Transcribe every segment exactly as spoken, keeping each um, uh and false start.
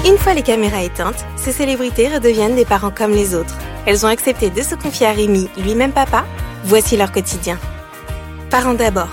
Une fois les caméras éteintes, ces célébrités redeviennent des parents comme les autres. Elles ont accepté de se confier à Rémi, lui-même papa. Voici leur quotidien. Parents d'abord.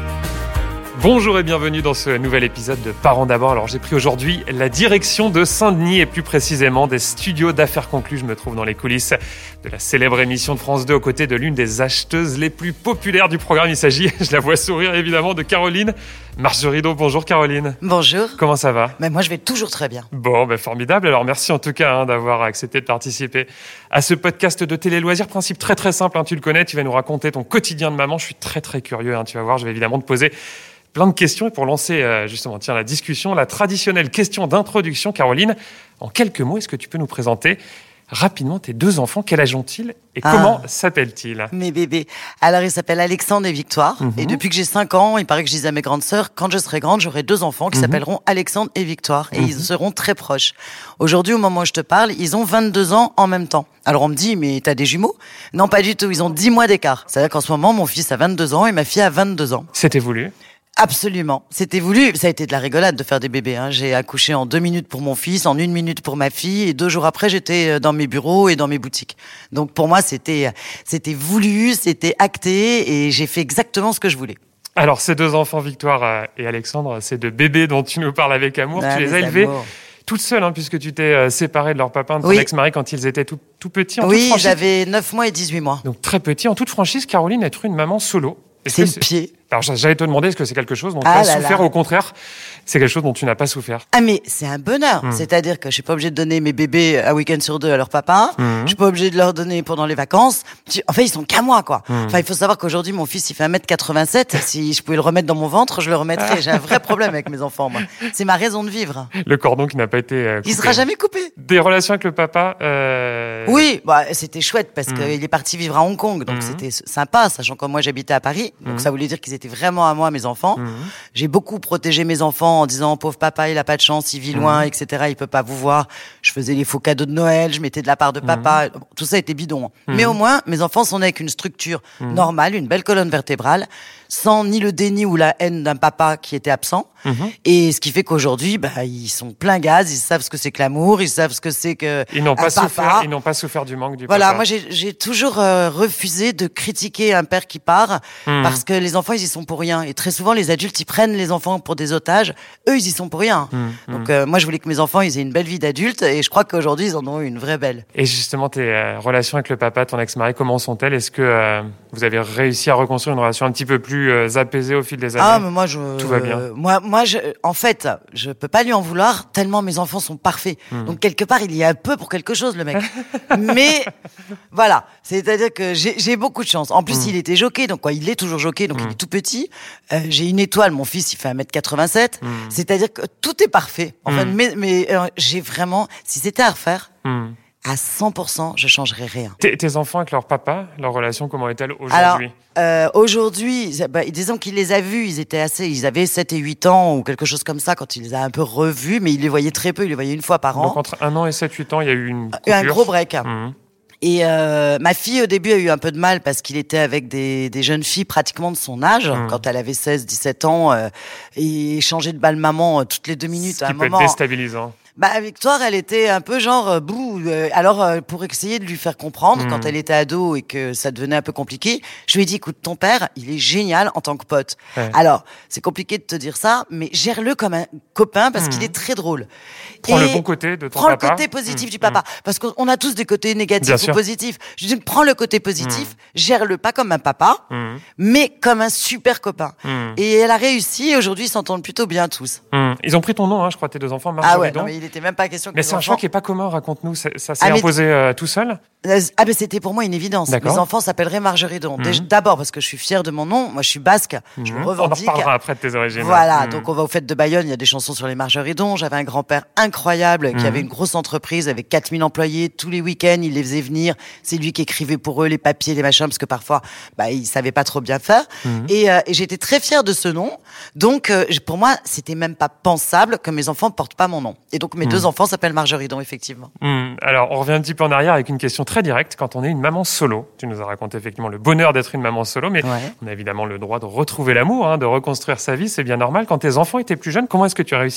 Bonjour et bienvenue dans ce nouvel épisode de Parents d'abord. Alors j'ai pris aujourd'hui la direction de Saint-Denis et plus précisément des studios d'Affaires conclues. Je me trouve dans les coulisses de la célèbre émission de France deux aux côtés de l'une des acheteuses les plus populaires du programme. Il s'agit, je la vois sourire évidemment, de Caroline Marjorideau. Bonjour Caroline. Bonjour. Comment ça va ? Mais moi je vais toujours très bien. Bon, ben formidable. Alors merci en tout cas hein, d'avoir accepté de participer à ce podcast de télé-loisirs. Principe très très simple, hein, tu le connais, tu vas nous raconter ton quotidien de maman. Je suis très très curieux, hein, tu vas voir, je vais évidemment te poser plein de questions. Et pour lancer euh, justement tiens, la discussion, la traditionnelle question d'introduction, Caroline, en quelques mots, est-ce que tu peux nous présenter rapidement tes deux enfants ? Quel âge ont-ils et ah, comment s'appellent-ils ? Mes bébés. Alors, ils s'appellent Alexandre et Victoire. Mm-hmm. Et depuis que j'ai cinq ans, il paraît que je disais à mes grandes sœurs, quand je serai grande, j'aurai deux enfants qui mm-hmm. s'appelleront Alexandre et Victoire. Et mm-hmm. ils seront très proches. Aujourd'hui, au moment où je te parle, ils ont vingt-deux ans en même temps. Alors, on me dit, mais t'as des jumeaux ? Non, pas du tout. Ils ont dix mois d'écart. C'est-à-dire qu'en ce moment, mon fils a vingt-deux ans et ma fille a vingt-deux ans. C'était voulu ? Absolument. C'était voulu. Ça a été de la rigolade de faire des bébés. Hein. J'ai accouché en deux minutes pour mon fils, en une minute pour ma fille, et deux jours après, j'étais dans mes bureaux et dans mes boutiques. Donc pour moi, c'était c'était voulu, c'était acté, et j'ai fait exactement ce que je voulais. Alors ces deux enfants, Victoire et Alexandre, ces deux bébés dont tu nous parles avec amour, ah, tu les as élevés amours. Toute seule, hein, puisque tu t'es séparée de leur papa, de ton oui. ex-mari, quand ils étaient tout, tout petits. En oui, toute j'avais neuf mois et dix-huit mois. Donc très petit. En toute franchise, Caroline, être une maman solo. Est-ce c'est que le c'est... pied. Alors j'allais te demander, est-ce que c'est quelque chose dont ah tu as là souffert là. Au contraire, c'est quelque chose dont tu n'as pas souffert? Ah mais c'est un bonheur. Mmh. C'est-à-dire que je suis pas obligée de donner mes bébés un week-end sur deux à leur papa. Mmh. Je suis pas obligée de leur donner pendant les vacances. En fait, ils sont qu'à moi, quoi. Mmh. Enfin, il faut savoir qu'aujourd'hui, mon fils, il fait un mètre quatre-vingt-sept. Si je pouvais le remettre dans mon ventre, je le remettrais. J'ai un vrai problème avec mes enfants, moi. C'est ma raison de vivre. Le cordon qui n'a pas été euh, coupé. Il sera jamais coupé. Des relations avec le papa euh... Oui, bah, c'était chouette parce mmh. qu'il est parti vivre à Hong Kong. Donc, mmh. c'était sympa, sachant que moi, j'habitais à Paris. Donc, mmh. ça voulait dire qu'ils étaient vraiment à moi, mes enfants. Mmh. J'ai beaucoup protégé mes enfants en disant, pauvre papa, il a pas de chance, il vit loin, mmh. et cetera. Il peut pas vous voir. Je faisais les faux cadeaux de Noël, je mettais de la part de papa. Mmh. Tout ça était bidon. Mmh. Mais au moins, mes enfants sont nés avec une structure mmh. normale, une belle colonne vertébrale, sans ni le déni ou la haine d'un papa qui était absent. Mmh. Et ce qui fait qu'aujourd'hui, bah, ils sont plein gaz, ils savent ce que c'est que l'amour, ils savent ce que c'est que ils n'ont pas papa. souffert, ils n'ont pas souffert du manque du voilà, papa. Voilà, moi j'ai, j'ai toujours euh, refusé de critiquer un père qui part mmh. parce que les enfants ils y sont pour rien. Et très souvent les adultes ils prennent les enfants pour des otages, eux ils y sont pour rien. Mmh. Donc euh, moi je voulais que mes enfants ils aient une belle vie d'adulte et je crois qu'aujourd'hui ils en ont eu une vraie belle. Et justement tes euh, relations avec le papa, ton ex-mari, comment sont-elles ? Est-ce que euh, vous avez réussi à reconstruire une relation un petit peu plus euh, apaisée au fil des années ? Ah mais moi je tout va bien. Euh, moi moi je en fait je peux pas lui en vouloir tellement mes enfants sont parfaits. Mmh. Donc quelque part il y a un peu pour quelque chose le mec. Mais voilà, c'est-à-dire que j'ai, j'ai beaucoup de chance. En plus mmh. il était jockey, donc quoi, il est toujours jockey, donc mmh. il est tout petit. Euh, j'ai une étoile, mon fils il fait un mètre quatre-vingt-sept. Mmh. C'est-à-dire que tout est parfait. Enfin, mmh. mais mais euh, j'ai vraiment, si c'était à refaire. Mmh. À cent pour cent, je changerais rien. Tes, tes enfants avec leur papa, leur relation, comment est-elle aujourd'hui ? Alors, euh, aujourd'hui, bah, disons qu'il les a vus, ils étaient assez, ils avaient sept et huit ans ou quelque chose comme ça quand il les a un peu revus, mais il les voyait très peu, il les voyait une fois par an. Donc entre un an et sept huit ans, il y a eu une coupure. Un gros break. Mmh. Et euh, ma fille, au début, a eu un peu de mal parce qu'il était avec des, des jeunes filles pratiquement de son âge, mmh. quand elle avait seize dix-sept ans, euh, et changeait de balle maman euh, toutes les deux minutes. Ce à qui un peut moment. être déstabilisant. Bah, Victoire, elle était un peu genre euh, bouh. Euh, alors, euh, pour essayer de lui faire comprendre, mmh. quand elle était ado et que ça devenait un peu compliqué, je lui ai dit, écoute, ton père, il est génial en tant que pote. Ouais. Alors, c'est compliqué de te dire ça, mais gère-le comme un copain parce mmh. qu'il est très drôle. Prends et le bon côté de ton prends papa. Prends le côté positif mmh. du papa. Mmh. Parce qu'on a tous des côtés négatifs Bien ou sûr. positifs. Je dis, prends le côté positif, mmh. gère-le pas comme un papa, mmh. mais comme un super copain. Mmh. Et elle a réussi et aujourd'hui, ils s'entendent plutôt bien tous. Mmh. Ils ont pris ton nom, hein, je crois, tes deux enfants, Marjorie. Ah ouais, non, mais il était même pas question que mais c'est un enfants... choix qui est pas commun, raconte-nous. Ça, ça s'est ah, imposé euh, tout seul ? Ah ben c'était pour moi une évidence. D'accord. Mes enfants s'appelleraient Marjorideau. Mmh. D'abord parce que je suis fière de mon nom. Moi je suis basque. Mmh. Je me revendique. On en reparlera après de tes origines. Voilà. Mmh. Donc on va aux fêtes de Bayonne. Il y a des chansons sur les Marjoridons. J'avais un grand-père incroyable qui mmh. avait une grosse entreprise avec quatre mille employés. Tous les week-ends il les faisait venir. C'est lui qui écrivait pour eux les papiers, les machins parce que parfois bah il savait pas trop bien faire. Mmh. Et, euh, et j'étais très fière de ce nom. Donc euh, pour moi c'était même pas pensable que mes enfants portent pas mon nom. Et donc mes mmh. deux enfants s'appellent Marjoridon effectivement. Mmh. Alors on revient un petit peu en arrière avec une question très directe. Quand on est une maman solo, tu nous as raconté effectivement le bonheur d'être une maman solo, mais ouais. on a évidemment le droit de retrouver l'amour, hein, de reconstruire sa vie, c'est bien normal. Quand tes enfants étaient plus jeunes, comment est-ce que tu as réussi à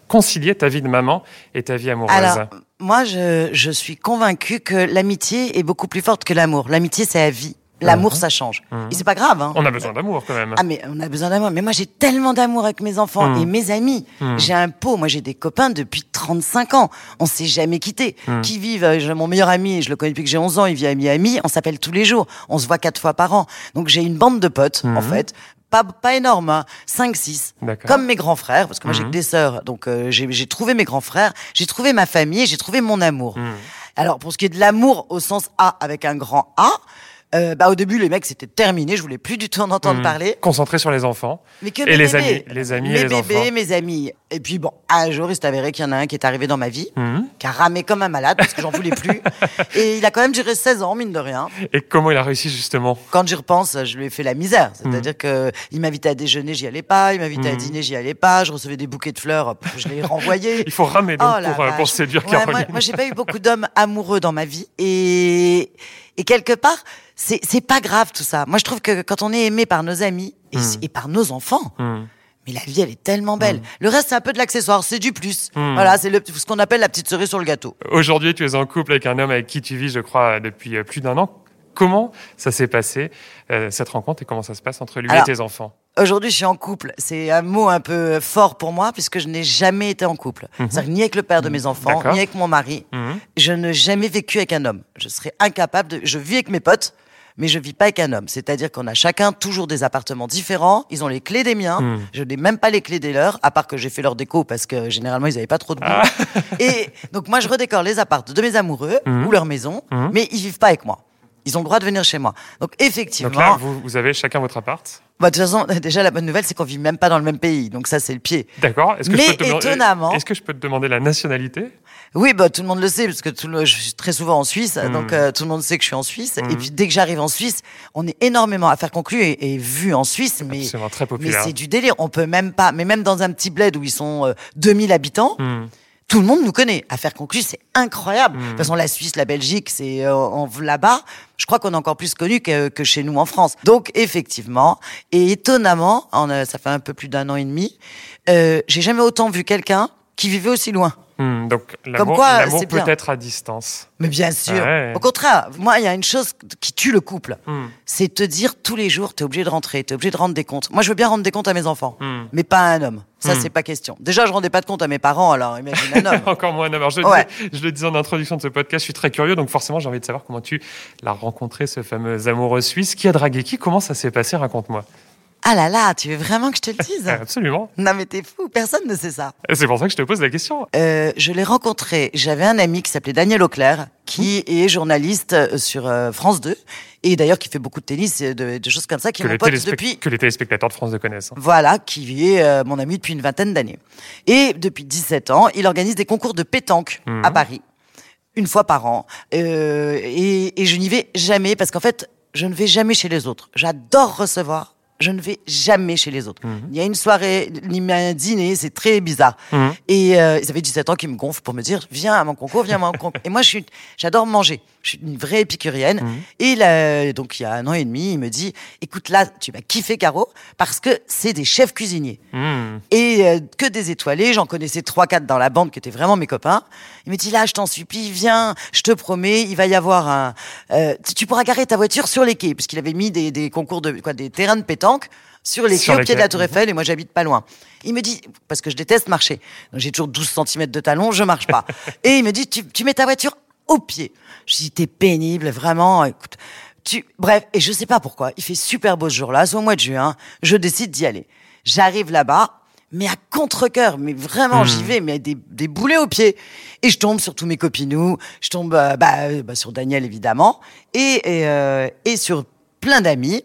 concilier ta vie de maman et ta vie amoureuse? Alors, moi, je, je suis convaincue que l'amitié est beaucoup plus forte que l'amour. L'amitié, c'est la vie. L'amour, mmh. ça change. Mmh. Et c'est pas grave. Hein. On a besoin d'amour quand même. Ah, mais on a besoin d'amour. Mais moi, j'ai tellement d'amour avec mes enfants mmh. et mes amis. Mmh. J'ai un pot. Moi, j'ai des copains depuis trente-cinq ans. On s'est jamais quittés. Mmh. Qui vivent, j'ai mon meilleur ami, je le connais depuis que j'ai onze ans, il vit à Miami. On s'appelle tous les jours. On se voit quatre fois par an. Donc, j'ai une bande de potes, mmh. en fait. Pas, pas énorme, hein. cinq six. Comme mes grands frères, parce que moi, mmh. j'ai que des sœurs. Donc, euh, j'ai, j'ai trouvé mes grands frères. J'ai trouvé ma famille. J'ai trouvé mon amour. Mmh. Alors, pour ce qui est de l'amour au sens A, avec un grand A, Euh, bah au début les mecs c'était terminé, je voulais plus du tout en entendre mmh. parler. Concentré sur les enfants. Mais que et mes les bébés. amis, les amis mes et les bébés, enfants. mes amis. Et puis bon, un jour il s'est avéré qu'il y en a un qui est arrivé dans ma vie, mmh. qui a ramé comme un malade parce que j'en voulais plus. Et il a quand même duré seize ans mine de rien. Et comment il a réussi justement? Quand j'y repense, je lui ai fait la misère. C'est-à-dire mmh. que il m'invitait à déjeuner, j'y allais pas. Il m'invitait mmh. à dîner, j'y allais pas. Je recevais des bouquets de fleurs, je les renvoyais. Il faut ramer donc oh, pour, euh, pour séduire ouais, Caroline. Moi, moi j'ai pas eu beaucoup d'hommes amoureux dans ma vie et et quelque part. C'est, c'est pas grave tout ça. Moi, je trouve que quand on est aimé par nos amis et, mmh. et par nos enfants, mmh. mais la vie, elle est tellement belle. Mmh. Le reste, c'est un peu de l'accessoire, c'est du plus. Mmh. Voilà, c'est le, ce qu'on appelle la petite cerise sur le gâteau. Aujourd'hui, tu es en couple avec un homme avec qui tu vis, je crois, depuis plus d'un an. Comment ça s'est passé, euh, cette rencontre, et comment ça se passe entre lui Alors, et tes enfants? Aujourd'hui, je suis en couple. C'est un mot un peu fort pour moi, puisque je n'ai jamais été en couple. Mmh. C'est-à-dire ni avec le père de mes enfants, D'accord. ni avec mon mari. Mmh. Je n'ai jamais vécu avec un homme. Je serais incapable de... Je vis avec mes potes, mais je vis pas avec un homme. C'est-à-dire qu'on a chacun toujours des appartements différents. Ils ont les clés des miens. Mmh. Je n'ai même pas les clés des leurs, à part que j'ai fait leur déco parce que généralement ils avaient pas trop de goût. Ah. Et donc moi je redécore les appartements de mes amoureux mmh. ou leur maison, mmh. mais ils vivent pas avec moi. Ils ont le droit de venir chez moi. Donc effectivement. Donc là, vous, vous avez chacun votre appart? Bah, de toute façon, déjà, la bonne nouvelle, c'est qu'on vit même pas dans le même pays. Donc ça, c'est le pied. D'accord. Est-ce que Mais je peux te demander, étonnamment. Est-ce que je peux te demander la nationalité? Oui, bah, tout le monde le sait, parce que tout le, je suis très souvent en Suisse. Mmh. Donc, euh, tout le monde sait que je suis en Suisse. Mmh. Et puis, dès que j'arrive en Suisse, on est énormément à faire conclure et, et vu en Suisse. Mais, c'est très populaire. Mais c'est du délire. On peut même pas, mais même dans un petit bled où ils sont euh, deux mille habitants, mmh. tout le monde nous connaît. Affaires conclues, c'est incroyable. Mmh. De toute façon, la Suisse, la Belgique, c'est euh, on, là-bas. Je crois qu'on est encore plus connus que, que chez nous en France. Donc, effectivement, et étonnamment, on a, ça fait un peu plus d'un an et demi, euh, j'ai jamais autant vu quelqu'un qui vivait aussi loin. Mmh, donc, l'amour, quoi, l'amour peut bien. être à distance. Mais bien sûr. Ouais. Au contraire, moi, il y a une chose qui tue le couple. Mmh. C'est te dire tous les jours, t'es obligé de rentrer, t'es obligé de rendre des comptes. Moi, je veux bien rendre des comptes à mes enfants, mmh. mais pas à un homme. Ça, mmh. c'est pas question. Déjà, je rendais pas de compte à mes parents, alors imagine un homme. Encore moins un homme. Alors, je, ouais. disais, je le disais en introduction de ce podcast, je suis très curieux, donc forcément, j'ai envie de savoir comment tu l'as rencontré, ce fameux amoureux suisse. Qui a dragué qui? Comment ça s'est passé? Raconte-moi. Ah là là, tu veux vraiment que je te le dise? Absolument. Non mais t'es fou, personne ne sait ça. Et c'est pour ça que je te pose la question. Euh, je l'ai rencontré, j'avais un ami qui s'appelait Daniel Auclair, qui mmh. est journaliste sur euh, France deux, et d'ailleurs qui fait beaucoup de tennis et de, de choses comme ça, qui que est mon pote depuis... Que les téléspectateurs de France deux connaissent. Hein. Voilà, qui est euh, mon ami depuis une vingtaine d'années. Et depuis dix-sept ans, il organise des concours de pétanque mmh. à Paris, une fois par an. Euh, et, et je n'y vais jamais, parce qu'en fait, je ne vais jamais chez les autres. J'adore recevoir. Je ne vais jamais chez les autres. Mmh. Il y a une soirée, ni un dîner, c'est très bizarre. Mmh. Et euh, ça fait dix-sept ans qu'ils me gonflent pour me dire « Viens à mon concours, viens à mon concours ». Et moi, je suis, j'adore manger. Je suis une vraie épicurienne. Mmh. Et là, donc, il y a un an et demi, il me dit « Écoute, là, tu vas kiffer, Caro, parce que c'est des chefs cuisiniers. Mmh. Et euh, que des étoilés. J'en connaissais trois, quatre dans la bande qui étaient vraiment mes copains. Il me dit « Là, je t'en supplie, viens, je te promets, il va y avoir un... Euh, tu, tu pourras garer ta voiture sur les quais. » Puisqu'il avait mis des, des concours de... quoi, des terrains de pétanque sur les quais au pied de la Tour Eiffel, et moi j'habite pas loin. Il me dit, parce que je déteste marcher, donc j'ai toujours douze centimètres de talons, je marche pas. Et il me dit, tu, tu mets ta voiture au pied. Je dis, t'es pénible, vraiment, écoute. Tu... Bref, et je sais pas pourquoi, il fait super beau ce jour-là, c'est au mois de juin, je décide d'y aller. J'arrive là-bas, mais à contre-cœur, mais vraiment, mmh. j'y vais, mais des, des boulets aux pieds. Et je tombe sur tous mes copinous, je tombe euh, bah, bah, sur Daniel, évidemment, et, et, euh, et sur plein d'amis,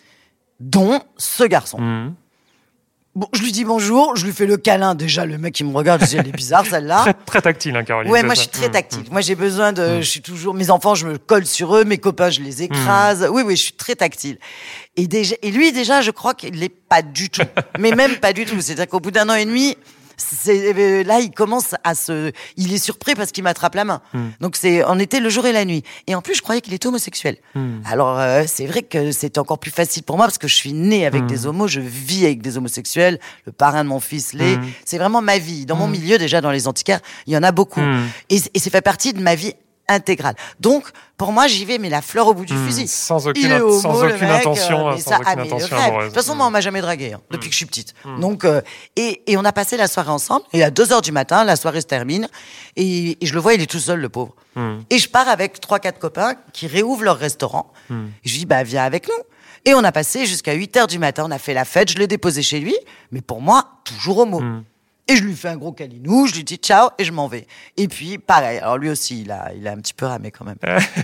dont ce garçon. Mmh. Bon, je lui dis bonjour, je lui fais le câlin. Déjà, le mec, il me regarde, je dis, elle est bizarre, celle-là. Très, très tactile, hein, Caroline. Ouais, moi, ça. je suis très tactile. Mmh. Moi, j'ai besoin de, mmh. je suis toujours, mes enfants, je me colle sur eux, mes copains, je les écrase. Mmh. Oui, oui, je suis très tactile. Et déjà, et lui, déjà, je crois qu'il l'est pas du tout. Mais même pas du tout. C'est-à-dire qu'au bout d'un an et demi, C'est, là, il commence à se... Il est surpris parce qu'il m'attrape la main. Mm. Donc, c'est, on était le jour et la nuit. Et en plus, je croyais qu'il était homosexuel. Mm. Alors, euh, c'est vrai que c'était encore plus facile pour moi parce que je suis née avec mm. des homos, je vis avec des homosexuels. Le parrain de mon fils l'est. Mm. C'est vraiment ma vie. Dans mm. mon milieu, déjà, dans les antiquaires, il y en a beaucoup. Mm. Et, et c'est fait partie de ma vie intégrale. Donc, pour moi, j'y vais, mais la fleur au bout du mmh, fusil. Sans aucune, homo, sans aucune mec, intention, euh, sans ça, aucune ah, intention amoureuse. De toute façon, mmh. moi, on m'a jamais dragué, hein, depuis mmh. que je suis petite. Mmh. Donc, euh, et, et on a passé la soirée ensemble, et à deux heures du matin, la soirée se termine, et, et je le vois, il est tout seul, le pauvre. Mmh. Et je pars avec trois, quatre copains qui réouvrent leur restaurant. Mmh. Et je lui dis, bah, viens avec nous. Et on a passé jusqu'à huit heures du matin, on a fait la fête, je l'ai déposé chez lui, mais pour moi, toujours homo. Mmh. Et je lui fais un gros câlinou, je lui dis ciao et je m'en vais. Et puis, pareil. Alors lui aussi, il a, il a un petit peu ramé quand même.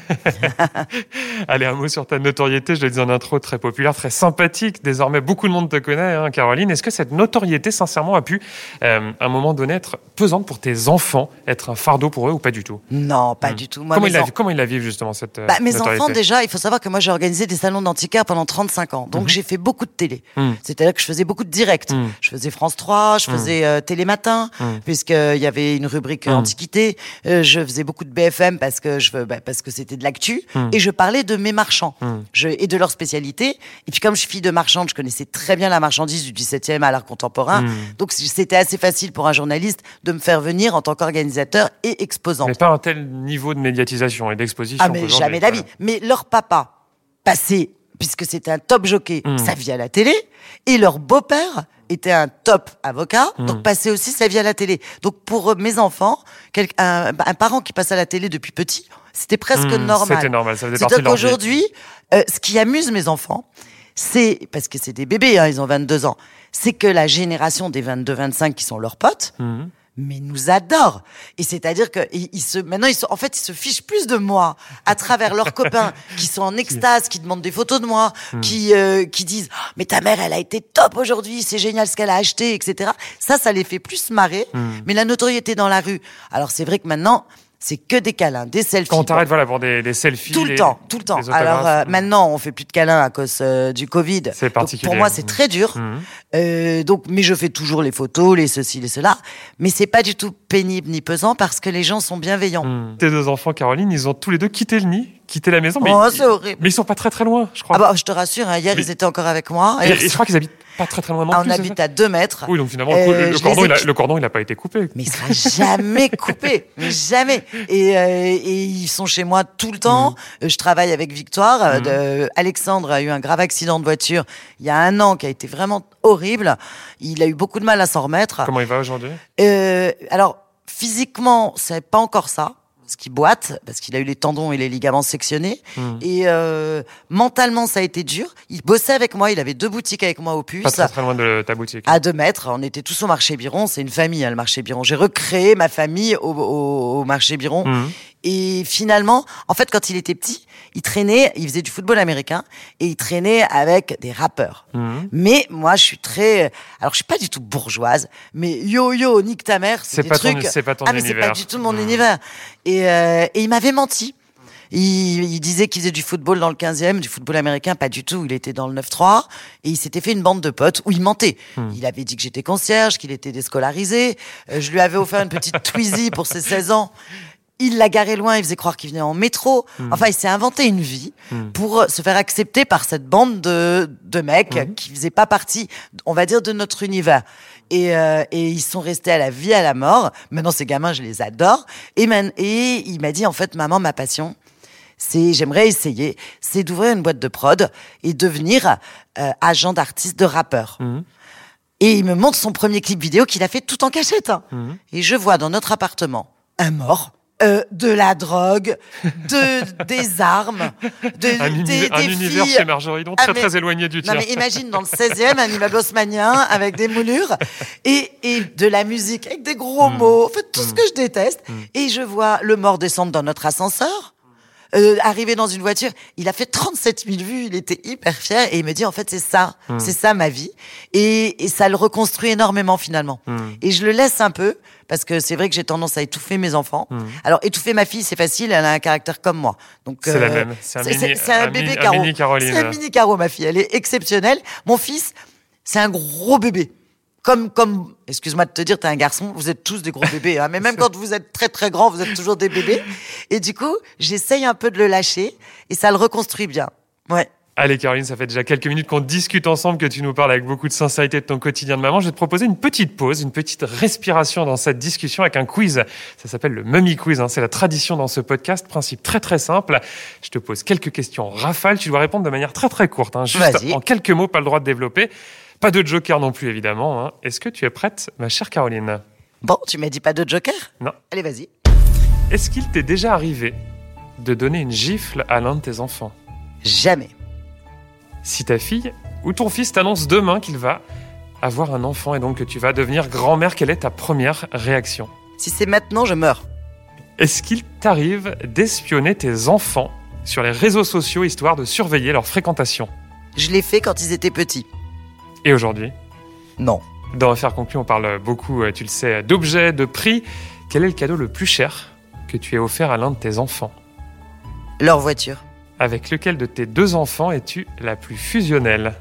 Allez, un mot sur ta notoriété. Je le disais en intro, très populaire, très sympathique. Désormais, beaucoup de monde te connaît, hein, Caroline. Est-ce que cette notoriété, sincèrement, a pu, euh, à un moment donné, être pesante pour tes enfants, être un fardeau pour eux ou pas du tout? Non, pas mmh. du tout. Moi, comment, ils en... la, comment ils la vivent, justement, cette bah, mes notoriété? Enfants, déjà, il faut savoir que moi, j'ai organisé des salons d'antiquaires pendant trente-cinq ans. Donc, mmh. j'ai fait beaucoup de télé. Mmh. C'est-à-dire que je faisais beaucoup de directs. Mmh. Je faisais France trois, je faisais euh, Télématin. Mmh. Puisqu'il y avait une rubrique mmh. Antiquité. Euh, je faisais beaucoup de B F M parce que, je, bah, parce que c'était de l'actu. Mmh. Et je parlais de mes marchands mmh. je, et de leur spécialité. Et puis comme je suis fille de marchande, je connaissais très bien la marchandise du dix-septième à l'art contemporain. Mmh. Donc c'était assez facile pour un journaliste de me faire venir en tant qu'organisateur et exposant. Mais pas un tel niveau de médiatisation et d'exposition. Ah mais jamais d'avis. Mais leur papa passait, puisque c'était un top jockey, mmh. sa vie à la télé. Et leur beau-père était un top avocat, mmh. donc passait aussi sa vie à la télé. Donc pour mes enfants, quel, un, un parent qui passe à la télé depuis petit, c'était presque mmh, normal. C'était normal, ça faisait partie de leur vie. Aujourd'hui, euh, ce qui amuse mes enfants, c'est, parce que c'est des bébés, hein, ils ont vingt-deux ans, c'est que la génération des vingt-deux vingt-cinq qui sont leurs potes, mmh. mais nous adorent. Et c'est-à-dire que ils, ils se, maintenant, ils se, en fait, ils se fichent plus de moi à travers leurs copains qui sont en extase, qui demandent des photos de moi, mmh. qui, euh, qui disent oh, « mais ta mère, elle a été top aujourd'hui, c'est génial ce qu'elle a acheté, et cetera » Ça, ça les fait plus marrer. Mmh. Mais la notoriété dans la rue, alors c'est vrai que maintenant, c'est que des câlins, des selfies. Quand on t'arrête, voilà, pour des, des selfies. Tout le les, temps, tout le temps. Alors euh, maintenant, on fait plus de câlins à cause euh, du Covid. C'est particulier. Donc, pour moi, c'est très dur. Mmh. Euh, donc, mais je fais toujours les photos, les ceci, les cela. Mais c'est pas du tout pénible ni pesant parce que les gens sont bienveillants. Mmh. Tes deux enfants, Caroline, ils ont tous les deux quitté le nid, quitté la maison. Mais oh, ils, c'est horrible. Mais ils sont pas très très loin, je crois. Ah bah, je te rassure, hein, hier, mais... ils étaient encore avec moi. Et, et je crois qu'ils habitent pas très très loin non ah, plus. On habite à deux mètres. Oui, donc finalement, euh, le, cordon, ai... il a, le cordon, il a pas été coupé. Mais il sera jamais coupé. Mais jamais. Et, euh, et ils sont chez moi tout le temps. Mmh. Je travaille avec Victoire. Mmh. De, Alexandre a eu un grave accident de voiture il y a un an qui a été vraiment horrible. Il a eu beaucoup de mal à s'en remettre. Comment il va aujourd'hui? euh, Alors, physiquement, c'est pas encore ça. Parce qu'il boite, parce qu'il a eu les tendons et les ligaments sectionnés. Mmh. Et euh, mentalement, ça a été dur. Il bossait avec moi, il avait deux boutiques avec moi au Puce. Pas très, très loin de ta boutique. À deux mètres, on était tous au marché Biron. C'est une famille, hein, le marché Biron. J'ai recréé ma famille au, au, au marché Biron. Mmh. Et finalement, en fait, quand il était petit, il traînait, il faisait du football américain et il traînait avec des rappeurs. Mmh. Mais moi, je suis très, alors je suis pas du tout bourgeoise, mais yo yo, nique ta mère, c'est, c'est des pas trucs. Ton, c'est pas ton ah mais univers. C'est pas du tout mon mmh. univers. Et, euh, et il m'avait menti. Il, il disait qu'il faisait du football dans le quinzième, du football américain, pas du tout. Il était dans le neuf trois et il s'était fait une bande de potes où il mentait. Mmh. Il avait dit que j'étais concierge, qu'il était déscolarisé. Euh, je lui avais offert une petite Twizy pour ses seize ans. Il l'a garé loin, il faisait croire qu'il venait en métro. Mmh. Enfin, il s'est inventé une vie mmh. pour se faire accepter par cette bande de, de mecs mmh. qui faisaient pas partie, on va dire, de notre univers. Et, euh, et ils sont restés à la vie, à la mort. Maintenant, ces gamins, je les adore. Et, man, et il m'a dit, en fait, maman, ma passion, c'est, j'aimerais essayer, c'est d'ouvrir une boîte de prod et devenir euh, agent d'artiste, de rappeur. Mmh. Et il me montre son premier clip vidéo qu'il a fait tout en cachette. Hein. Mmh. Et je vois dans notre appartement un mort. Euh, de la drogue, de, des armes, de, un, des, uni- des un filles. univers chez Marjorie, donc ah, très mais, très éloigné du tien. Non mais imagine dans le seizième, un immeuble haussmannien avec des moulures et, et de la musique avec des gros mmh. mots, en fait tout mmh. ce que je déteste. Mmh. Et je vois le mort descendre dans notre ascenseur. Euh, arrivé dans une voiture, il a fait trente-sept mille vues, il était hyper fier et il me dit en fait c'est ça, mmh. c'est ça ma vie et, et ça le reconstruit énormément finalement. Mmh. Et je le laisse un peu parce que c'est vrai que j'ai tendance à étouffer mes enfants. Mmh. Alors étouffer ma fille c'est facile, elle a un caractère comme moi. Donc c'est euh, la même, c'est un, c'est, mini, c'est, c'est un, un bébé Caro, un mini Caroline. C'est un mini Caro ma fille, elle est exceptionnelle. Mon fils c'est un gros bébé. Comme, comme, excuse-moi de te dire, t'es un garçon, vous êtes tous des gros bébés, hein, mais même quand vous êtes très très grands, vous êtes toujours des bébés. Et du coup, j'essaye un peu de le lâcher et ça le reconstruit bien. Ouais. Allez Caroline, ça fait déjà quelques minutes qu'on discute ensemble, que tu nous parles avec beaucoup de sincérité de ton quotidien de maman. Je vais te proposer une petite pause, une petite respiration dans cette discussion avec un quiz. Ça s'appelle le Mummy Quiz, hein. C'est la tradition dans ce podcast. Principe très très simple. Je te pose quelques questions rafales. Tu dois répondre de manière très très courte, hein. Juste Vas-y. en quelques mots, pas le droit de développer. Pas de joker non plus évidemment, hein. Est-ce que tu es prête, ma chère Caroline? Bon, tu m'as dit pas de joker? Non. Allez, vas-y. Est-ce qu'il t'est déjà arrivé de donner une gifle à l'un de tes enfants? Jamais. Si ta fille ou ton fils t'annonce demain qu'il va avoir un enfant et donc que tu vas devenir grand-mère, quelle est ta première réaction? Si c'est maintenant, je meurs. Est-ce qu'il t'arrive d'espionner tes enfants sur les réseaux sociaux histoire de surveiller leur fréquentation? Je l'ai fait quand ils étaient petits. Et aujourd'hui? Non. Dans Affaires conclues, on parle beaucoup, tu le sais, d'objets, de prix. Quel est le cadeau le plus cher que tu aies offert à l'un de tes enfants? Leur voiture. Avec lequel de tes deux enfants es-tu la plus fusionnelle?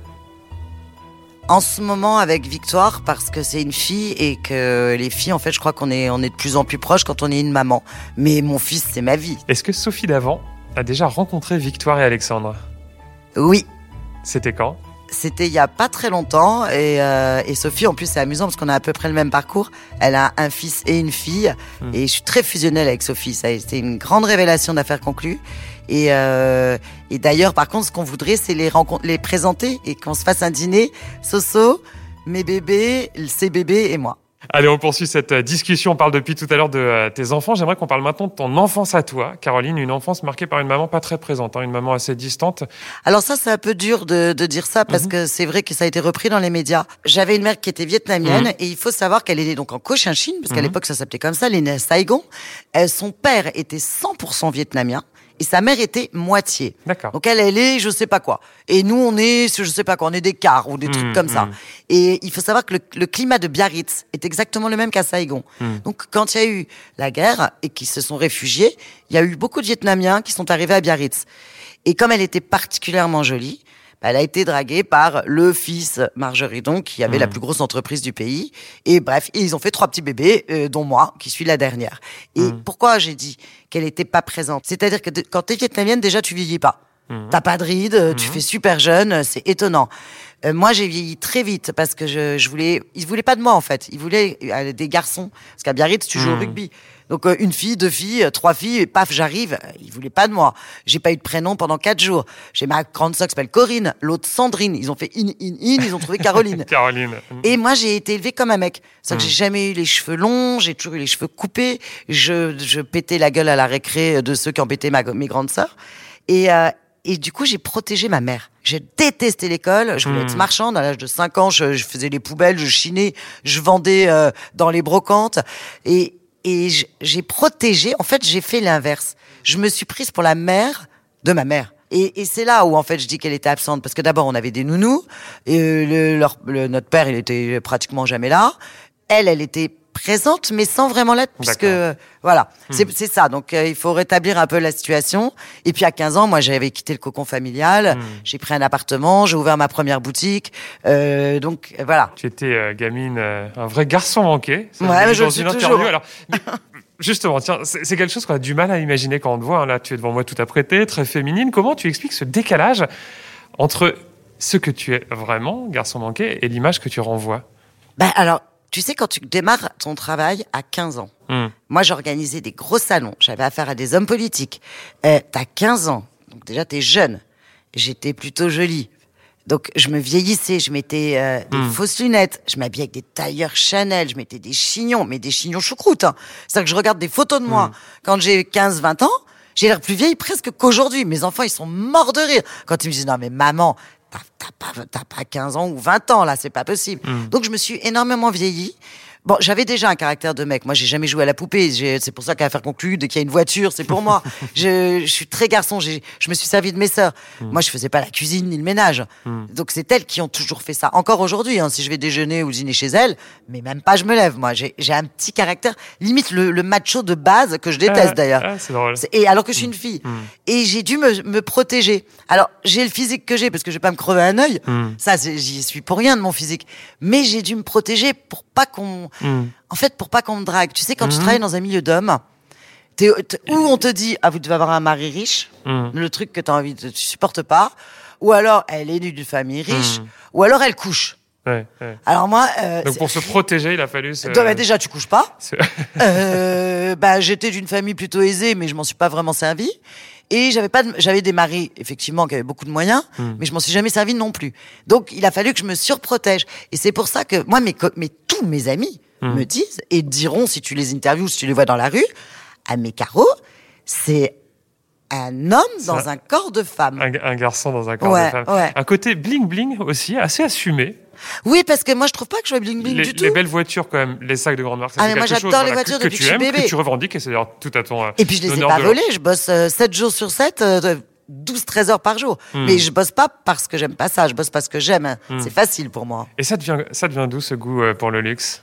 En ce moment, avec Victoire, parce que c'est une fille et que les filles, en fait, je crois qu'on est, on est de plus en plus proches quand on est une maman. Mais mon fils, c'est ma vie. Est-ce que Sophie Davant a déjà rencontré Victoire et Alexandre? Oui. C'était quand? C'était il y a pas très longtemps et, euh, et Sophie, en plus, c'est amusant parce qu'on a à peu près le même parcours. Elle a un fils et une fille mmh. et je suis très fusionnelle avec Sophie. Ça a été une grande révélation d'Affaires conclues. Et, euh, et d'ailleurs, par contre, ce qu'on voudrait, c'est les rencontres, les présenter et qu'on se fasse un dîner. Soso, mes bébés, ses bébés et moi. Allez, on poursuit cette discussion. On parle depuis tout à l'heure de euh, tes enfants. J'aimerais qu'on parle maintenant de ton enfance à toi, Caroline. Une enfance marquée par une maman pas très présente, hein, une maman assez distante. Alors ça, c'est un peu dur de, de dire ça parce mmh. que c'est vrai que ça a été repris dans les médias. J'avais une mère qui était vietnamienne mmh. et il faut savoir qu'elle est née donc en Cochinchine, parce qu'à mmh. l'époque ça s'appelait comme ça, elle est née à Saigon. Elle, son père était cent pour cent vietnamien. Et sa mère était moitié. D'accord. Donc elle, elle est je sais pas quoi. Et nous, on est, je sais pas quoi, on est des quarts ou des mmh, trucs comme mmh. ça. Et il faut savoir que le, le climat de Biarritz est exactement le même qu'à Saigon. Mmh. Donc quand il y a eu la guerre et qu'ils se sont réfugiés, il y a eu beaucoup de Vietnamiens qui sont arrivés à Biarritz. Et comme elle était particulièrement jolie, elle a été draguée par le fils Margeridon, qui avait mmh. la plus grosse entreprise du pays. Et bref, ils ont fait trois petits bébés, euh, dont moi, qui suis la dernière. Et mmh. pourquoi j'ai dit qu'elle était pas présente? C'est-à-dire que de, quand t'es vietnamienne, déjà, tu vieillis pas. Mmh. T'as pas de rides, mmh. tu fais super jeune, c'est étonnant. Euh, moi, j'ai vieilli très vite parce que je, je voulais, ils voulaient pas de moi, en fait. Ils voulaient euh, des garçons. Parce qu'à Biarritz, tu joues mmh. au rugby. Donc, euh, une fille, deux filles, euh, trois filles, et paf, j'arrive. Ils voulaient pas de moi. J'ai pas eu de prénom pendant quatre jours. J'ai ma grande sœur qui s'appelle Corinne, l'autre Sandrine. Ils ont fait in, in, in, ils ont trouvé Caroline. Caroline. Et moi, j'ai été élevée comme un mec. C'est-à-dire mmh. que j'ai jamais eu les cheveux longs, j'ai toujours eu les cheveux coupés. Je, je pétais la gueule à la récré de ceux qui embêtaient ma, mes grandes sœurs. Et, euh, Et du coup, j'ai protégé ma mère. J'ai détesté l'école. Je voulais mmh. être marchande. À l'âge de cinq ans, je, je faisais les poubelles, je chinais, je vendais euh, dans les brocantes. Et, et j'ai protégé. En fait, j'ai fait l'inverse. Je me suis prise pour la mère de ma mère. Et, et c'est là où, en fait, je dis qu'elle était absente. Parce que d'abord, on avait des nounous. Et le, leur, le, notre père, il était pratiquement jamais là. Elle, elle était présente, mais sans vraiment l'être, puisque euh, voilà, hmm. c'est, c'est ça. Donc euh, il faut rétablir un peu la situation. Et puis à quinze ans, moi j'avais quitté le cocon familial, hmm. j'ai pris un appartement, j'ai ouvert ma première boutique. Euh, donc euh, voilà. Tu étais euh, gamine, euh, un vrai garçon manqué. Ça, ouais, mais je dans le suis une toujours. interview. Alors, justement, tiens, c'est, c'est quelque chose qu'on a du mal à imaginer quand on te voit. Hein. Là, tu es devant moi tout apprêtée, très féminine. Comment tu expliques ce décalage entre ce que tu es vraiment, garçon manqué, et l'image que tu renvoies? Ben alors. Tu sais, quand tu démarres ton travail à quinze ans, mmh. moi, j'organisais des gros salons. J'avais affaire à des hommes politiques. Euh, t'as quinze ans. Donc, déjà, t'es jeune. J'étais plutôt jolie. Donc, je me vieillissais. Je mettais euh, des mmh. fausses lunettes. Je m'habillais avec des tailleurs Chanel. Je mettais des chignons, mais des chignons choucroute. Hein. C'est-à-dire que je regarde des photos de moi mmh. quand j'ai quinze vingt ans. J'ai l'air plus vieille presque qu'aujourd'hui. Mes enfants, ils sont morts de rire. Quand ils me disent, non, mais maman, T'as, t'as, pas, t'as pas quinze ans ou vingt ans, là, c'est pas possible. Mmh. Donc, je me suis énormément vieillie. Bon, j'avais déjà un caractère de mec. Moi, j'ai jamais joué à la poupée. J'ai, c'est pour ça qu'à faire conclure, dès qu'il y a une voiture, c'est pour moi. je, je suis très garçon. J'ai, je me suis servi de mes sœurs. Mm. Moi, je faisais pas la cuisine ni le ménage. Mm. Donc, c'est elles qui ont toujours fait ça. Encore aujourd'hui, hein, si je vais déjeuner ou dîner chez elles, mais même pas, je me lève. Moi, j'ai, j'ai un petit caractère, limite le, le macho de base que je déteste ah, d'ailleurs. Ah, c'est drôle. Et alors que je suis une fille. Mm. Et j'ai dû me, me protéger. Alors, j'ai le physique que j'ai parce que je vais pas me crever un œil. Mm. Ça, c'est, j'y suis pour rien de mon physique. Mais j'ai dû me protéger pour pas qu'on, mm. en fait, pour pas qu'on me drague. Tu sais, quand mmh. tu travailles dans un milieu d'hommes, t'es, t'es, où on te dit, ah, vous devez avoir un mari riche, mmh. le truc que t'as envie de, tu supportes pas, ou alors elle est née d'une famille riche, mmh. ou alors elle couche. Ouais, ouais. Alors moi, euh, donc pour se protéger, il a fallu. Se... Donc, bah, déjà, tu couches pas. euh, bah, j'étais d'une famille plutôt aisée, mais je m'en suis pas vraiment servi. Et j'avais pas, de, j'avais des maris effectivement qui avaient beaucoup de moyens, mmh. mais je m'en suis jamais servi non plus. Donc il a fallu que je me surprotège. Et c'est pour ça que moi, mes, mes tous mes amis mmh. me disent et diront si tu les interviews, si tu les vois dans la rue, à mes carreaux, c'est un homme dans ça, un corps de femme. Un, un garçon dans un corps ouais, de femme. Ouais. Un côté bling bling aussi, assez assumé. Oui, parce que moi, je trouve pas que je sois bling bling les, du tout. Les belles voitures, quand même, les sacs de grande marque, ça, ah, c'est mais quelque moi, j'adore chose, les voilà, voitures que, depuis que que je suis aimes, bébé. que tu revendiques, et c'est d'ailleurs tout à ton. Et puis, je les ai pas volées. Je bosse euh, sept jours sur sept, euh, douze treize heures par jour. Mm. Mais je bosse pas parce que j'aime pas ça. Je bosse parce que j'aime. Mm. C'est facile pour moi. Et ça devient, ça devient d'où ce goût euh, pour le luxe?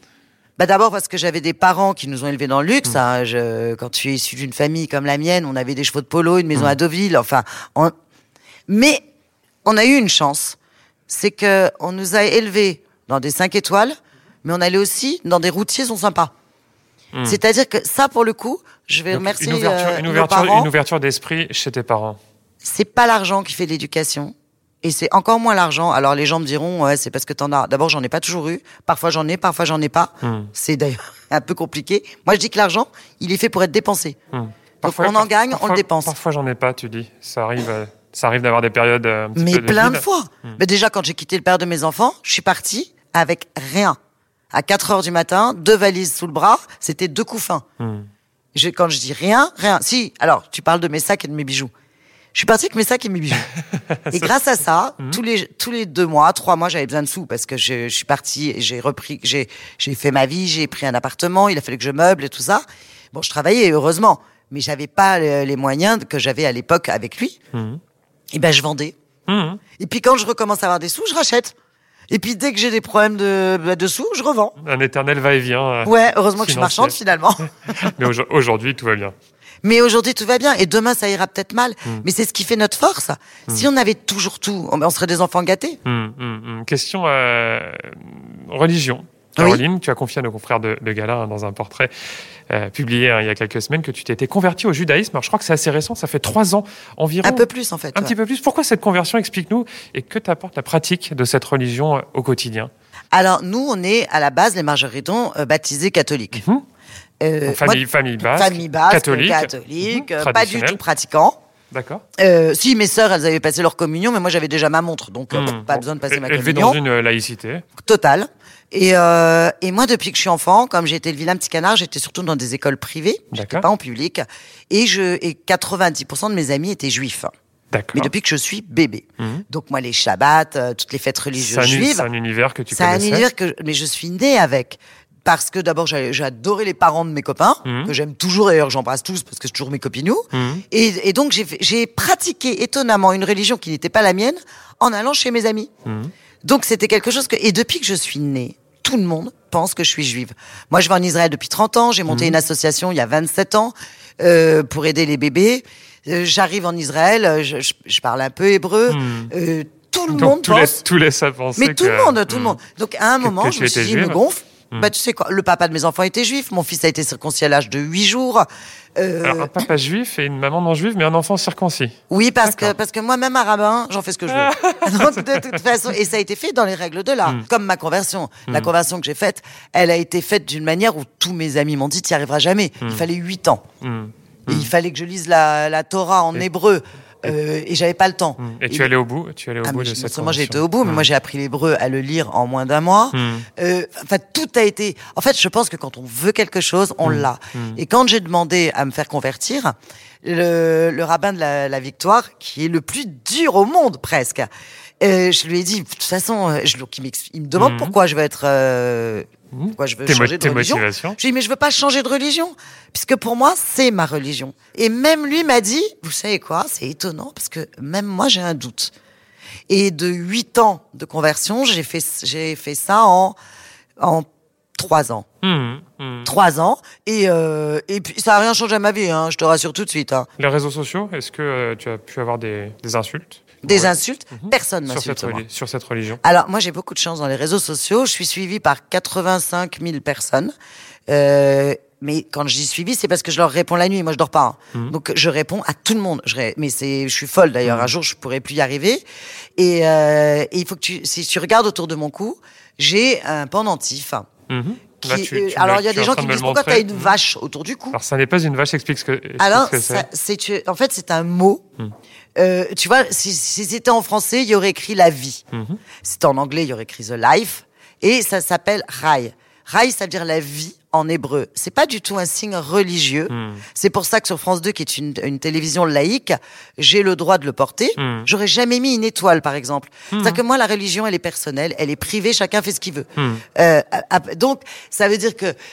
Bah d'abord parce que j'avais des parents qui nous ont élevés dans le luxe. Mmh. Hein, je, quand tu es issu d'une famille comme la mienne, on avait des chevaux de polo, une maison mmh. à Deauville. Enfin, on... mais on a eu une chance, c'est que on nous a élevés dans des cinq étoiles, mais on allait aussi dans des routiers sont sympas. Mmh. C'est-à-dire que ça, pour le coup, je vais Donc, remercier une ouverture, euh, une ouverture, nos parents. Une ouverture d'esprit chez tes parents. C'est pas l'argent qui fait l'éducation. Et c'est encore moins l'argent. Alors les gens me diront, ouais, c'est parce que t'en as. D'abord, j'en ai pas toujours eu. Parfois j'en ai, parfois j'en ai pas. Mm. C'est d'ailleurs un peu compliqué. Moi, je dis que l'argent, il est fait pour être dépensé. Mm. Parfois, Donc on en gagne, parfois, on le dépense. Parfois j'en ai pas, tu dis. Ça arrive, euh, ça arrive d'avoir des périodes un petit Mais peu de plein vide. de fois. Mm. Mais déjà, quand j'ai quitté le père de mes enfants, je suis partie avec rien. À quatre heures du matin, deux valises sous le bras, c'était deux coups fins. Mm. Je, quand je dis rien, rien. Si, alors, tu parles de mes sacs et de mes bijoux. Je suis partie avec mes sacs et mes bijoux. Et grâce à ça, mmh. tous les tous les deux mois, trois mois, j'avais besoin de sous parce que je, je suis partie, et j'ai repris, j'ai j'ai fait ma vie, j'ai pris un appartement, il a fallu que je meuble et tout ça. Bon, je travaillais heureusement, mais j'avais pas les, les moyens que j'avais à l'époque avec lui. Mmh. Et ben je vendais. Mmh. Et puis quand je recommence à avoir des sous, je rachète. Et puis dès que j'ai des problèmes de de sous, je revends. Un éternel va-et-vient. Euh, ouais, heureusement financier. Que je suis marchande finalement. Mais aujourd'hui, tout va bien. Mais aujourd'hui, tout va bien. Et demain, ça ira peut-être mal. Mmh. Mais c'est ce qui fait notre force. Mmh. Si on avait toujours tout, on serait des enfants gâtés. Mmh, mmh, mmh. Question euh, religion. Caroline, oui. Tu as confié à nos confrères de, de Gala hein, dans un portrait euh, publié hein, il y a quelques semaines que tu t'étais converti au judaïsme. Alors, je crois que c'est assez récent, ça fait trois ans environ. Un peu plus, en fait. Un ouais. petit peu plus. Pourquoi cette conversion? Explique-nous. Et que t'apporte la pratique de cette religion euh, au quotidien? Alors, nous, on est à la base, les Margeritons, euh, baptisés catholiques. Mmh. Euh, famille, moi, famille basque, famille basque, catholique, catholique mmh, pas du tout pratiquant. D'accord. Euh, si, mes sœurs, elles avaient passé leur communion, mais moi, j'avais déjà ma montre, donc mmh, euh, pas bon, besoin de passer ma communion. Élevée dans une laïcité. Totale. Et, euh, et moi, depuis que je suis enfant, comme j'ai été le vilain petit canard, j'étais surtout dans des écoles privées, j'étais pas en public, et, je, et quatre-vingt-dix pour cent de mes amis étaient juifs. D'accord. Mais depuis que je suis bébé. Mmh. Donc moi, les Shabbats, euh, toutes les fêtes religieuses c'est un, juives. C'est un univers que tu c'est connaissais. C'est un univers que, mais je suis née avec. Parce que d'abord, j'ai, j'ai adoré les parents de mes copains, mmh. que j'aime toujours, d'ailleurs, j'embrasse tous parce que c'est toujours mes copinous. Mmh. Et, et donc, j'ai, j'ai pratiqué étonnamment une religion qui n'était pas la mienne en allant chez mes amis. Mmh. Donc, c'était quelque chose que... Et depuis que je suis née, tout le monde pense que je suis juive. Moi, je vais en Israël depuis trente ans. J'ai monté mmh. une association il y a vingt-sept ans euh, pour aider les bébés. Euh, j'arrive en Israël, je, je, je parle un peu hébreu. Mmh. Euh, tout le donc, monde tout pense... Laisse, tout laisse à penser Mais que... tout le monde, tout mmh. le monde. Donc, à un que, moment, que je me suis dit, me gonfle. Bah, tu sais quoi, le papa de mes enfants était juif, mon fils a été circoncis à l'âge de huit jours. Euh... Alors, un papa juif et une maman non juive, mais un enfant circoncis. Oui, parce D'accord. que, parce que moi, même un rabbin, j'en fais ce que je veux. Donc, de toute façon, et ça a été fait dans les règles de l'art. Mm. Comme ma conversion. Mm. La conversion que j'ai faite, elle a été faite d'une manière où tous mes amis m'ont dit, t'y arriveras jamais. Mm. Il fallait huit ans. Mm. Et mm. il fallait que je lise la, la Torah en et... hébreu. Euh, et j'avais pas le temps. Et, et tu es allé au bout, tu es allé au ah, bout de cette conversion. Moi, j'ai été au bout, mais mmh. moi, j'ai appris l'hébreu à le lire en moins d'un mois. Mmh. Euh, enfin, tout a été. En fait, je pense que quand on veut quelque chose, on mmh. l'a. Mmh. Et quand j'ai demandé à me faire convertir, le, le rabbin de la, la Victoire, qui est le plus dur au monde presque, Euh, je lui ai dit, de toute façon, euh, je, il, il me demande mmh. pourquoi je veux être, euh, mmh. pourquoi je veux tes changer mo- de religion. Motivations. Je lui ai dit, mais je veux pas changer de religion, puisque pour moi, c'est ma religion. Et même lui m'a dit, vous savez quoi, c'est étonnant, parce que même moi, j'ai un doute. Et de huit ans de conversion, j'ai fait, j'ai fait ça en, en trois ans. Mmh, mmh. Trois ans. Et, euh, et puis, ça n'a rien changé à ma vie, hein, je te rassure tout de suite. Hein. Les réseaux sociaux, est-ce que euh, tu as pu avoir des, des insultes ? Des ouais. insultes mmh. Personne sur m'insulte. Cette reli- sur cette religion. Alors, moi, j'ai beaucoup de chance dans les réseaux sociaux. Je suis suivie par quatre-vingt-cinq mille personnes. Euh, mais quand je dis suivi, c'est parce que je leur réponds la nuit. Moi, je dors pas. Hein. Mmh. Donc, je réponds à tout le monde. Je ré... Mais c'est, je suis folle d'ailleurs. Mmh. Un jour, je pourrais plus y arriver. Et, euh, et il faut que tu, si tu regardes autour de mon cou, j'ai un pendentif. Mmh. Qui, Là, tu, tu alors, il y a des gens qui me disent pourquoi tu as une vache autour du cou. Alors, ça n'est pas une vache. Explique ce que. Explique alors, ce que ça, c'est. c'est. En fait, c'est un mot. Mmh. Euh, tu vois, si, si c'était en français, il y aurait écrit la vie. Mmh. Si c'était en anglais, il y aurait écrit the life. Et ça s'appelle Rai. Rai, ça veut dire la vie en hébreu. C'est pas du tout un signe religieux. Mmh. C'est pour ça que sur France deux, qui est une, une télévision laïque, j'ai le droit de le porter. Mmh. J'aurais jamais mis une étoile, par exemple. Mmh. C'est-à-dire que moi, la religion, elle est personnelle, elle est privée, chacun fait ce qu'il veut. Mmh. Euh, donc, ça veut dire que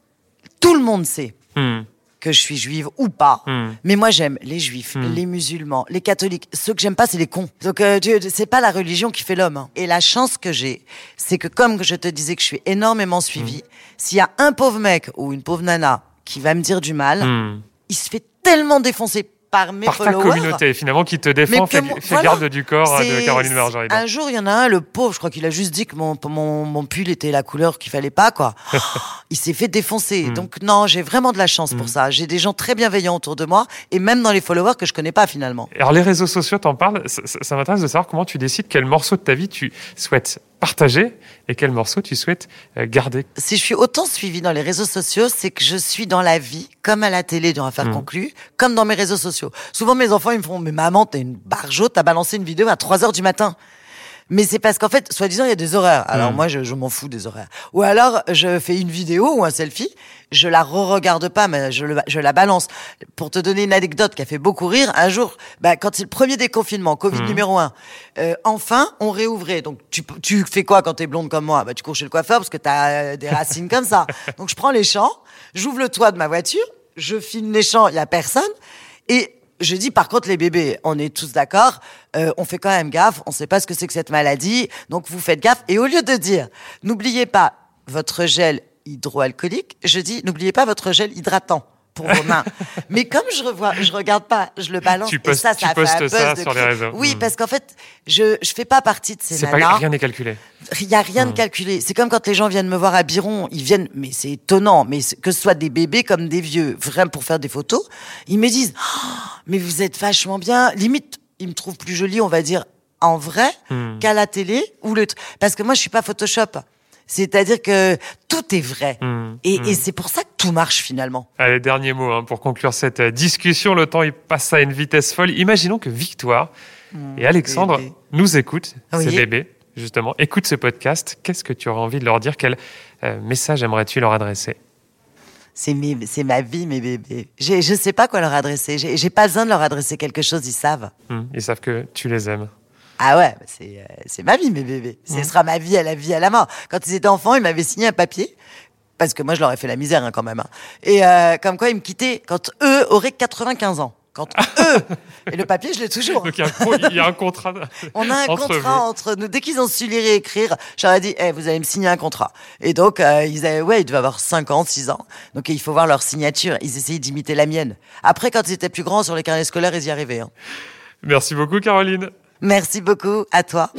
tout le monde sait mmh. que je suis juive ou pas. Mmh. Mais moi, j'aime les juifs, mmh. les musulmans, les catholiques. Ceux que j'aime pas, c'est les cons. Donc, euh, tu, c'est pas la religion qui fait l'homme. Hein. Et la chance que j'ai, c'est que comme je te disais que je suis énormément suivie, mmh. s'il y a un pauvre mec ou une pauvre nana qui va me dire du mal, mmh. il se fait tellement défoncer par mes par followers. Par ta communauté, finalement, qui te défend, fait, moi, fait voilà, garde du corps de Caroline Margerie. Un jour, il y en a un, le pauvre, je crois qu'il a juste dit que mon, mon, mon pull était la couleur qu'il fallait pas, quoi. Il s'est fait défoncer. Mm. Donc, non, j'ai vraiment de la chance mm. pour ça. J'ai des gens très bienveillants autour de moi, et même dans les followers que je connais pas, finalement. Alors, les réseaux sociaux, t'en parles. Ça, ça, ça m'intéresse de savoir comment tu décides quel morceau de ta vie tu souhaites partager et quel morceau tu souhaites euh, garder. Si je suis autant suivie dans les réseaux sociaux, c'est que je suis dans la vie, comme à la télé dans Affaires mmh. conclues, comme dans mes réseaux sociaux. Souvent, mes enfants, ils me font « Mais maman, t'es une barjote, t'as balancé une vidéo à trois heures du matin ». Mais c'est parce qu'en fait, soi-disant, il y a des horaires. Alors mmh. moi, je, je m'en fous des horaires. Ou alors, je fais une vidéo ou un selfie, je la re-regarde pas, mais je, le, je la balance. Pour te donner une anecdote qui a fait beaucoup rire, un jour, bah, quand c'est le premier déconfinement, Covid mmh. numéro un, euh, enfin, on réouvrait. Donc, tu, tu fais quoi quand t'es blonde comme moi? Bah, tu cours chez le coiffeur parce que t'as des racines comme ça. Donc, je prends les champs, j'ouvre le toit de ma voiture, je filme les champs, il y a personne, et je dis, par contre, les bébés, on est tous d'accord, euh, on fait quand même gaffe, on sait pas ce que c'est que cette maladie, donc vous faites gaffe. Et au lieu de dire, n'oubliez pas votre gel hydroalcoolique, je dis, n'oubliez pas votre gel hydratant pour vos mains. Mais comme je revois, je regarde pas, je le balance. Tu postes, et ça, ça tu a fait un buzz ça de sur les réseaux. Oui, mmh. parce qu'en fait, je je fais pas partie de ces c'est nanas. Pas, rien n'est calculé. Il y a rien mmh. de calculé. C'est comme quand les gens viennent me voir à Biron, ils viennent, mais c'est étonnant, mais que ce soit des bébés comme des vieux, vraiment pour faire des photos, ils me disent, oh, mais vous êtes vachement bien. Limite, ils me trouvent plus jolie, on va dire, en vrai, mmh. qu'à la télé ou le. Parce que moi, je suis pas Photoshop. C'est-à-dire que tout est vrai. Mmh, et, mmh. et c'est pour ça que tout marche finalement. Allez, dernier mot hein, pour conclure cette discussion. Le temps, il passe à une vitesse folle. Imaginons que Victoire mmh, et Alexandre bébé. nous écoutent, oui. ces bébés, justement, écoutent ce podcast. Qu'est-ce que tu aurais envie de leur dire? Quel euh, message aimerais-tu leur adresser? C'est, mes, c'est ma vie, mes bébés. J'ai, je sais pas quoi leur adresser. J'ai, j'ai pas besoin de leur adresser quelque chose, ils savent. Mmh, ils savent que tu les aimes. Ah ouais, c'est, euh, c'est ma vie, mes bébés. Ce mmh. sera ma vie à la vie, à la mort. Quand ils étaient enfants, ils m'avaient signé un papier, parce que moi, je leur ai fait la misère hein, quand même. Hein. Et euh, comme quoi, ils me quittaient quand eux auraient quatre-vingt-quinze ans. Quand eux Et le papier, je l'ai toujours. Donc, il y, y a un contrat On a un entre contrat vous. entre nous. Dès qu'ils ont su lire et écrire, j'aurais dit, hey, vous allez me signer un contrat. Et donc, euh, ils avaient, ouais, ils devaient avoir cinq ans, six ans. Donc, il faut voir leur signature. Ils essayaient d'imiter la mienne. Après, quand ils étaient plus grands, sur les carnets scolaires, ils y arrivaient. Hein. Merci beaucoup, Caroline. Merci beaucoup, à toi.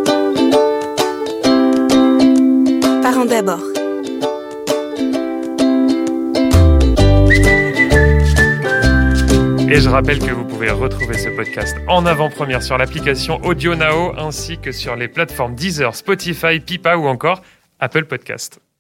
Parents d'abord. Et je rappelle que vous pouvez retrouver ce podcast en avant-première sur l'application Audio Now ainsi que sur les plateformes Deezer, Spotify, Pipa ou encore Apple Podcast.